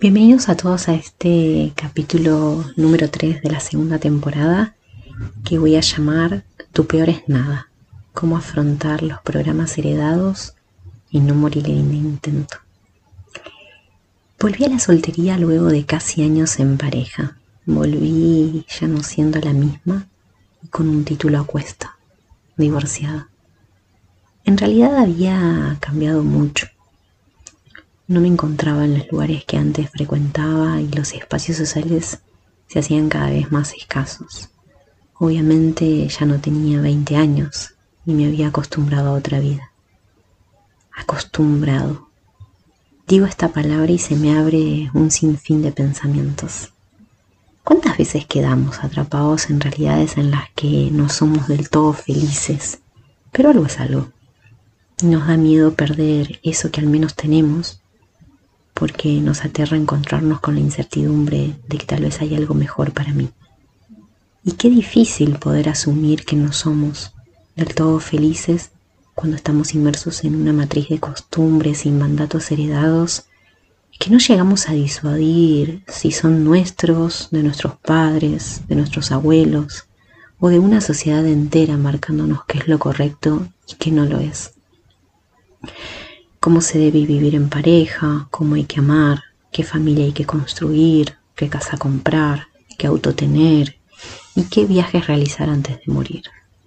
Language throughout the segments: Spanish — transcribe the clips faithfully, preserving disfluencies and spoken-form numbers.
Bienvenidos a todos a este capítulo número tres de la segunda temporada que voy a llamar Tu peor es nada, cómo afrontar los programas heredados y no morir en el intento. Volví a la soltería luego de casi años en pareja. Volví ya no siendo la misma y con un título a cuesta, divorciada. En realidad había cambiado mucho. No me encontraba en los lugares que antes frecuentaba y los espacios sociales se hacían cada vez más escasos. Obviamente ya no tenía veinte años y me había acostumbrado a otra vida. Acostumbrado. Digo esta palabra y se me abre un sinfín de pensamientos. ¿Cuántas veces quedamos atrapados en realidades en las que no somos del todo felices? Pero algo es algo. Nos da miedo perder eso que al menos tenemos, porque nos aterra encontrarnos con la incertidumbre de que tal vez hay algo mejor para mí. Y qué difícil poder asumir que no somos del todo felices cuando estamos inmersos en una matriz de costumbres y mandatos heredados que no llegamos a disuadir si son nuestros, de nuestros padres, de nuestros abuelos o de una sociedad entera marcándonos qué es lo correcto y qué no lo es. Cómo se debe vivir en pareja, cómo hay que amar, qué familia hay que construir, qué casa comprar, qué auto tener y qué viajes realizar antes de morir.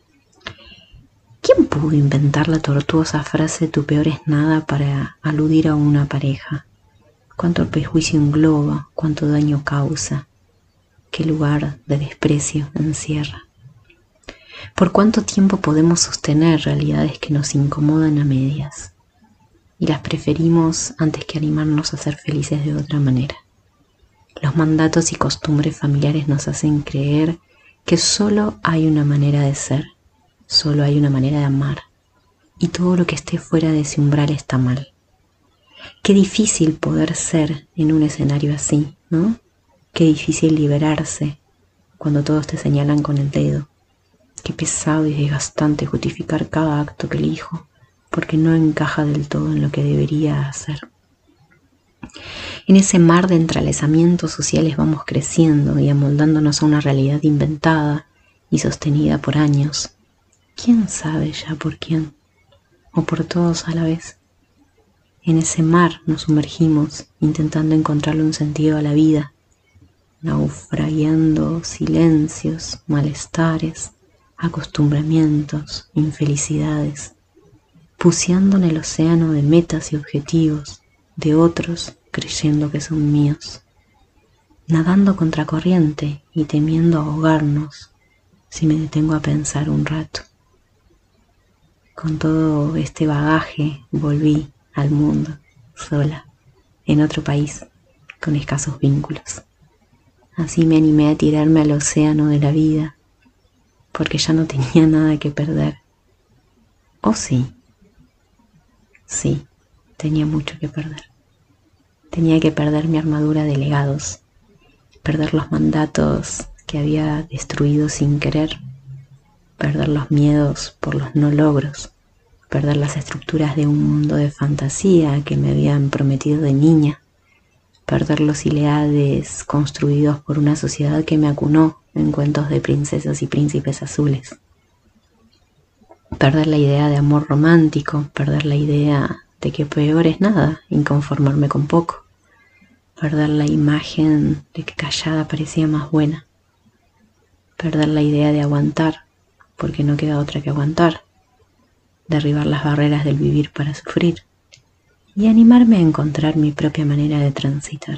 ¿Quién pudo inventar la tortuosa frase "tu peor es nada" para aludir a una pareja? ¿Cuánto prejuicio engloba? ¿Cuánto daño causa? ¿Qué lugar de desprecio encierra? ¿Por cuánto tiempo podemos sostener realidades que nos incomodan a medias? Y las preferimos antes que animarnos a ser felices de otra manera. Los mandatos y costumbres familiares nos hacen creer que solo hay una manera de ser, solo hay una manera de amar, y todo lo que esté fuera de ese umbral está mal. Qué difícil poder ser en un escenario así, ¿no? Qué difícil liberarse cuando todos te señalan con el dedo. Qué pesado y desgastante justificar cada acto que elijo, porque no encaja del todo en lo que debería hacer. En ese mar de entrelazamientos sociales vamos creciendo y amoldándonos a una realidad inventada y sostenida por años. ¿Quién sabe ya por quién? ¿O por todos a la vez? En ese mar nos sumergimos intentando encontrarle un sentido a la vida, naufragiando silencios, malestares, acostumbramientos, infelicidades, buceando en el océano de metas y objetivos de otros creyendo que son míos, nadando contracorriente y temiendo ahogarnos si me detengo a pensar un rato. Con todo este bagaje volví al mundo, sola, en otro país, con escasos vínculos. Así me animé a tirarme al océano de la vida, porque ya no tenía nada que perder. ¿O sí? Sí, tenía mucho que perder. Tenía que perder mi armadura de legados, perder los mandatos que había destruido sin querer, perder los miedos por los no logros, perder las estructuras de un mundo de fantasía que me habían prometido de niña, perder los ideales construidos por una sociedad que me acunó en cuentos de princesas y príncipes azules. Perder la idea de amor romántico, perder la idea de que peor es nada, inconformarme con poco, perder la imagen de que callada parecía más buena, perder la idea de aguantar, porque no queda otra que aguantar, derribar las barreras del vivir para sufrir y animarme a encontrar mi propia manera de transitar.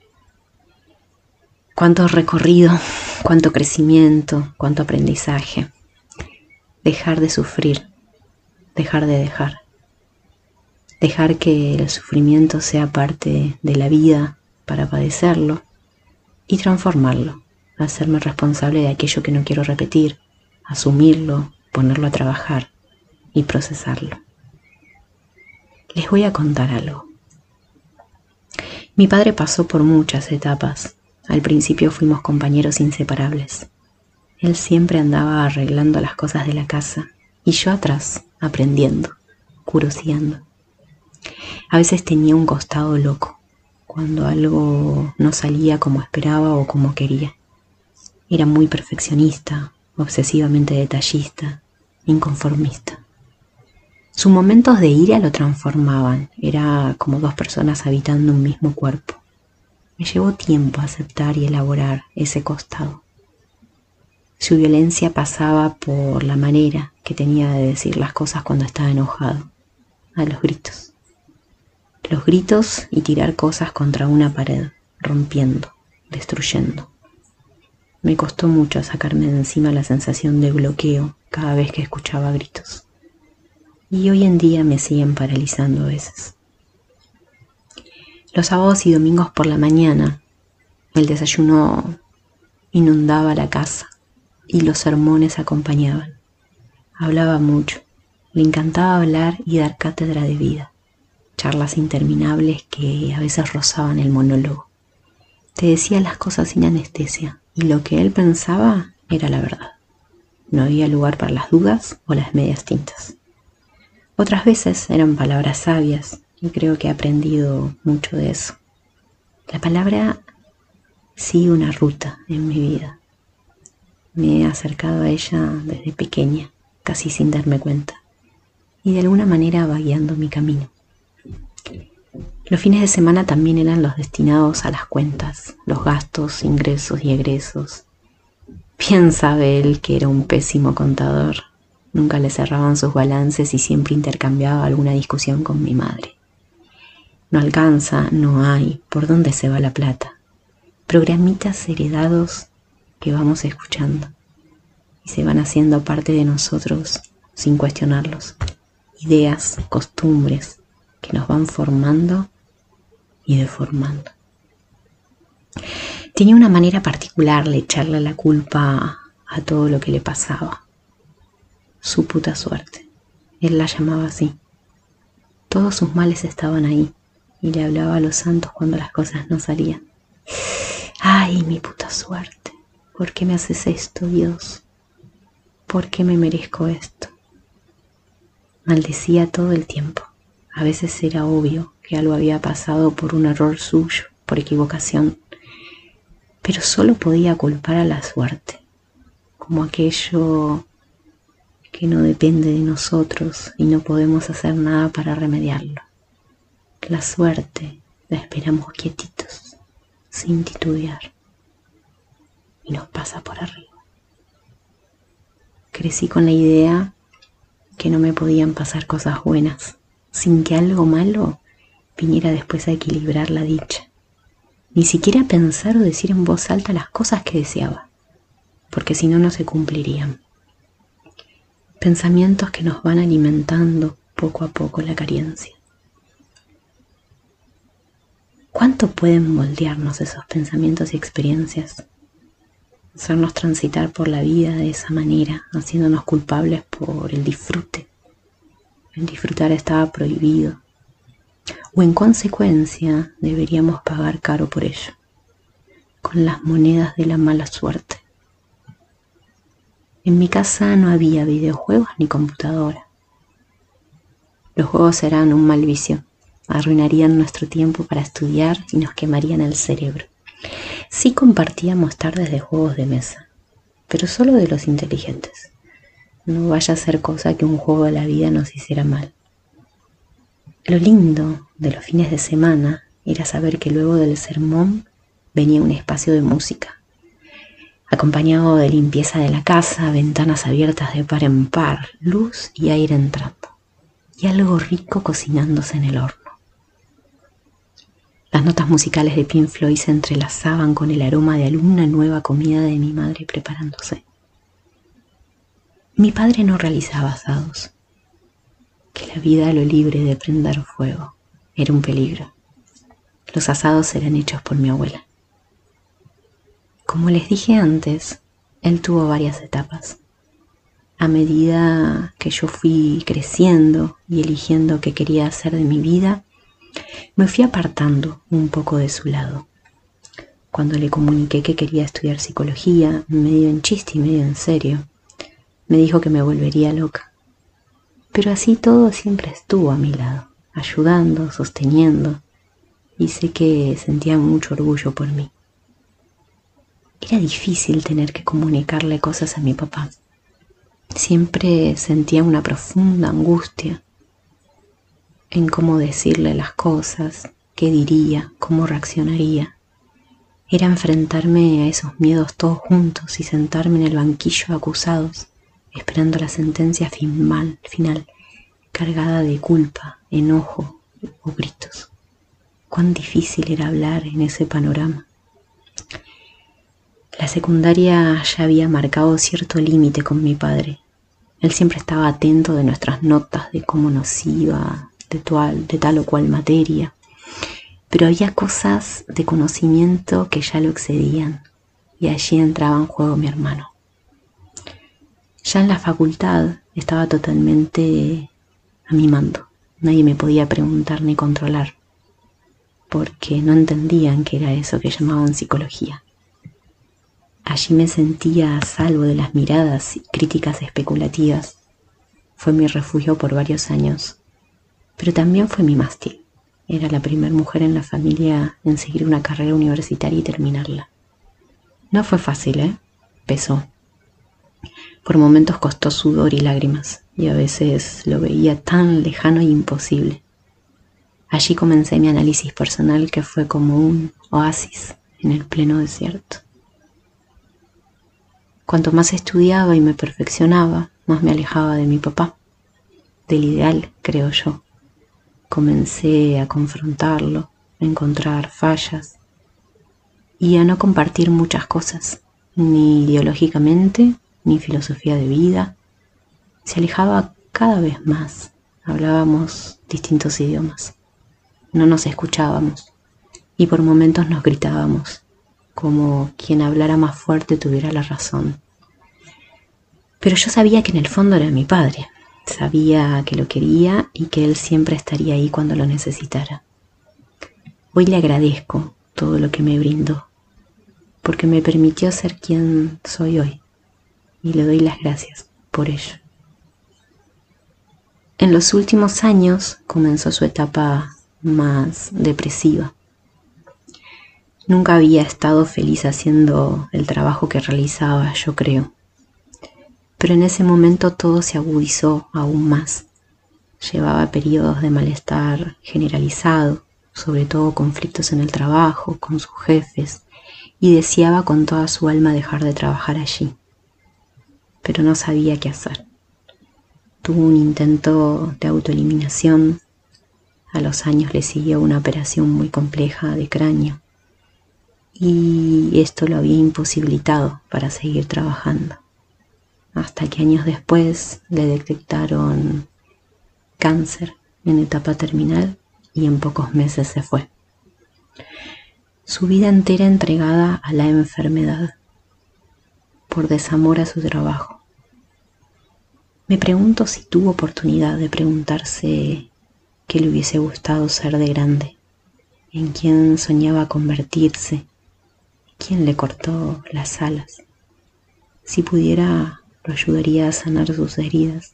Cuánto recorrido, cuánto crecimiento, cuánto aprendizaje. Dejar de sufrir, dejar de dejar. Dejar que el sufrimiento sea parte de la vida para padecerlo y transformarlo, hacerme responsable de aquello que no quiero repetir, asumirlo, ponerlo a trabajar y procesarlo. Les voy a contar algo. Mi padre pasó por muchas etapas. Al principio fuimos compañeros inseparables. Él siempre andaba arreglando las cosas de la casa y yo atrás, aprendiendo, curioseando. A veces tenía un costado loco, cuando algo no salía como esperaba o como quería. Era muy perfeccionista, obsesivamente detallista, inconformista. Sus momentos de ira lo transformaban, era como dos personas habitando un mismo cuerpo. Me llevó tiempo aceptar y elaborar ese costado. Su violencia pasaba por la manera que tenía de decir las cosas cuando estaba enojado, a los gritos. Los gritos y tirar cosas contra una pared, rompiendo, destruyendo. Me costó mucho sacarme de encima la sensación de bloqueo cada vez que escuchaba gritos. Y hoy en día me siguen paralizando a veces. Los sábados y domingos por la mañana, el desayuno inundaba la casa y los sermones acompañaban. Hablaba mucho, le encantaba hablar y dar cátedra de vida, charlas interminables que a veces rozaban el monólogo. Te decía las cosas sin anestesia y lo que él pensaba era la verdad. No había lugar para las dudas o las medias tintas. Otras veces eran palabras sabias y creo que he aprendido mucho de eso. La palabra sigue una ruta en mi vida. Me he acercado a ella desde pequeña, casi sin darme cuenta, y de alguna manera va guiando mi camino. Los fines de semana también eran los destinados a las cuentas, los gastos, ingresos y egresos. Bien sabe él que era un pésimo contador. Nunca le cerraban sus balances y siempre intercambiaba alguna discusión con mi madre. No alcanza, no hay, ¿por dónde se va la plata? Programitas heredados que vamos escuchando y se van haciendo parte de nosotros sin cuestionarlos. Ideas, costumbres que nos van formando y deformando. Tenía una manera particular de echarle la culpa a todo lo que le pasaba. Su puta suerte. Él la llamaba así. Todos sus males estaban ahí y le hablaba a los santos cuando las cosas no salían. Ay, mi puta suerte. ¿Por qué me haces esto, Dios? ¿Por qué me merezco esto? Maldecía todo el tiempo. A veces era obvio que algo había pasado por un error suyo, por equivocación, pero solo podía culpar a la suerte, como aquello que no depende de nosotros y no podemos hacer nada para remediarlo. La suerte la esperamos quietitos, sin titubear, y nos pasa por arriba. Crecí con la idea que no me podían pasar cosas buenas, sin que algo malo viniera después a equilibrar la dicha. Ni siquiera pensar o decir en voz alta las cosas que deseaba, porque si no, no se cumplirían. Pensamientos que nos van alimentando poco a poco la carencia. ¿Cuánto pueden moldearnos esos pensamientos y experiencias? Hacernos transitar por la vida de esa manera, haciéndonos culpables por el disfrute. El disfrutar estaba prohibido. O en consecuencia deberíamos pagar caro por ello, con las monedas de la mala suerte. En mi casa no había videojuegos ni computadora. Los juegos eran un mal vicio, arruinarían nuestro tiempo para estudiar y nos quemarían el cerebro. Sí compartíamos tardes de juegos de mesa, pero solo de los inteligentes. No vaya a ser cosa que un juego de la vida nos hiciera mal. Lo lindo de los fines de semana era saber que luego del sermón venía un espacio de música, acompañado de limpieza de la casa, ventanas abiertas de par en par, luz y aire entrando, y algo rico cocinándose en el horno. Las notas musicales de Pink Floyd se entrelazaban con el aroma de alguna nueva comida de mi madre preparándose. Mi padre no realizaba asados. Que la vida a lo libre de prender fuego era un peligro. Los asados eran hechos por mi abuela. Como les dije antes, él tuvo varias etapas. A medida que yo fui creciendo y eligiendo qué quería hacer de mi vida, me fui apartando un poco de su lado. Cuando le comuniqué que quería estudiar psicología, medio en chiste y medio en serio, me dijo que me volvería loca. Pero así todo siempre estuvo a mi lado, ayudando, sosteniendo, y sé que sentía mucho orgullo por mí. Era difícil tener que comunicarle cosas a mi papá. Siempre sentía una profunda angustia en cómo decirle las cosas, qué diría, cómo reaccionaría. Era enfrentarme a esos miedos todos juntos y sentarme en el banquillo de acusados, esperando la sentencia final, final, cargada de culpa, enojo o gritos. Cuán difícil era hablar en ese panorama. La secundaria ya había marcado cierto límite con mi padre. Él siempre estaba atento de nuestras notas, de cómo nos iba, de tal, de tal o cual materia. Pero había cosas de conocimiento que ya lo excedían, y allí entraba en juego mi hermano. Ya en la facultad estaba totalmente a mi mando. Nadie me podía preguntar ni controlar, porque no entendían qué era eso que llamaban psicología. Allí me sentía a salvo de las miradas y críticas especulativas. Fue mi refugio por varios años, pero también fue mi mástil. Era la primera mujer en la familia en seguir una carrera universitaria y terminarla. No fue fácil, ¿eh? Pesó. Por momentos costó sudor y lágrimas, y a veces lo veía tan lejano e imposible. Allí comencé mi análisis personal, que fue como un oasis en el pleno desierto. Cuanto más estudiaba y me perfeccionaba, más me alejaba de mi papá, del ideal, creo yo. Comencé a confrontarlo, a encontrar fallas y a no compartir muchas cosas, ni ideológicamente, ni filosofía de vida. Se alejaba cada vez más. Hablábamos distintos idiomas. No nos escuchábamos y por momentos nos gritábamos, como quien hablara más fuerte tuviera la razón. Pero yo sabía que en el fondo era mi padre. Sabía que lo quería y que él siempre estaría ahí cuando lo necesitara. Hoy le agradezco todo lo que me brindó, porque me permitió ser quien soy hoy, y le doy las gracias por ello. En los últimos años comenzó su etapa más depresiva. Nunca había estado feliz haciendo el trabajo que realizaba, yo creo. Pero en ese momento todo se agudizó aún más. Llevaba periodos de malestar generalizado, sobre todo conflictos en el trabajo, con sus jefes, y deseaba con toda su alma dejar de trabajar allí. Pero no sabía qué hacer. Tuvo un intento de autoeliminación. A los años le siguió una operación muy compleja de cráneo, y esto lo había imposibilitado para seguir trabajando. Hasta que años después le detectaron cáncer en etapa terminal y en pocos meses se fue. Su vida entera entregada a la enfermedad, por desamor a su trabajo. Me pregunto si tuvo oportunidad de preguntarse qué le hubiese gustado ser de grande, en quién soñaba convertirse, quién le cortó las alas. Si pudiera, lo ayudaría a sanar sus heridas.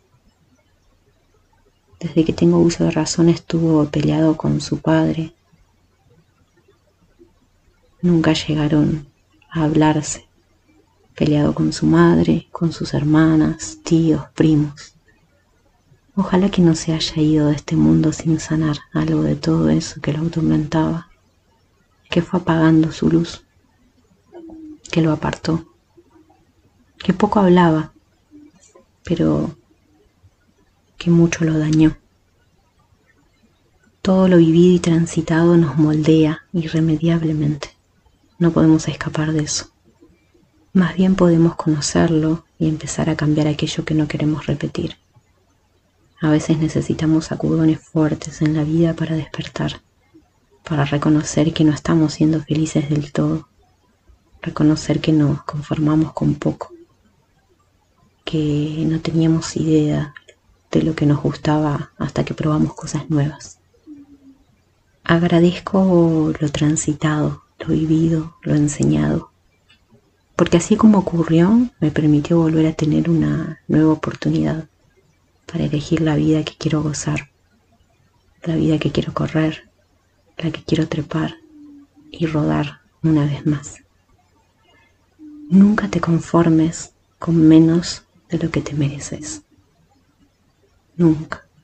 Desde que tengo uso de razón estuvo peleado con su padre. Nunca llegaron a hablarse. Peleado con su madre, con sus hermanas, tíos, primos. Ojalá que no se haya ido de este mundo sin sanar algo de todo eso que lo atormentaba, que fue apagando su luz, que lo apartó, que poco hablaba, pero que mucho lo dañó. Todo lo vivido y transitado nos moldea irremediablemente. No podemos escapar de eso. Más bien podemos conocerlo y empezar a cambiar aquello que no queremos repetir. A veces necesitamos sacudones fuertes en la vida para despertar, para reconocer que no estamos siendo felices del todo, reconocer que nos conformamos con poco, que no teníamos idea de lo que nos gustaba hasta que probamos cosas nuevas. Agradezco lo transitado, lo vivido, lo enseñado, porque así como ocurrió, me permitió volver a tener una nueva oportunidad para elegir la vida que quiero gozar, la vida que quiero correr, la que quiero trepar y rodar una vez más. Nunca te conformes con menos de lo que te mereces. Nunca.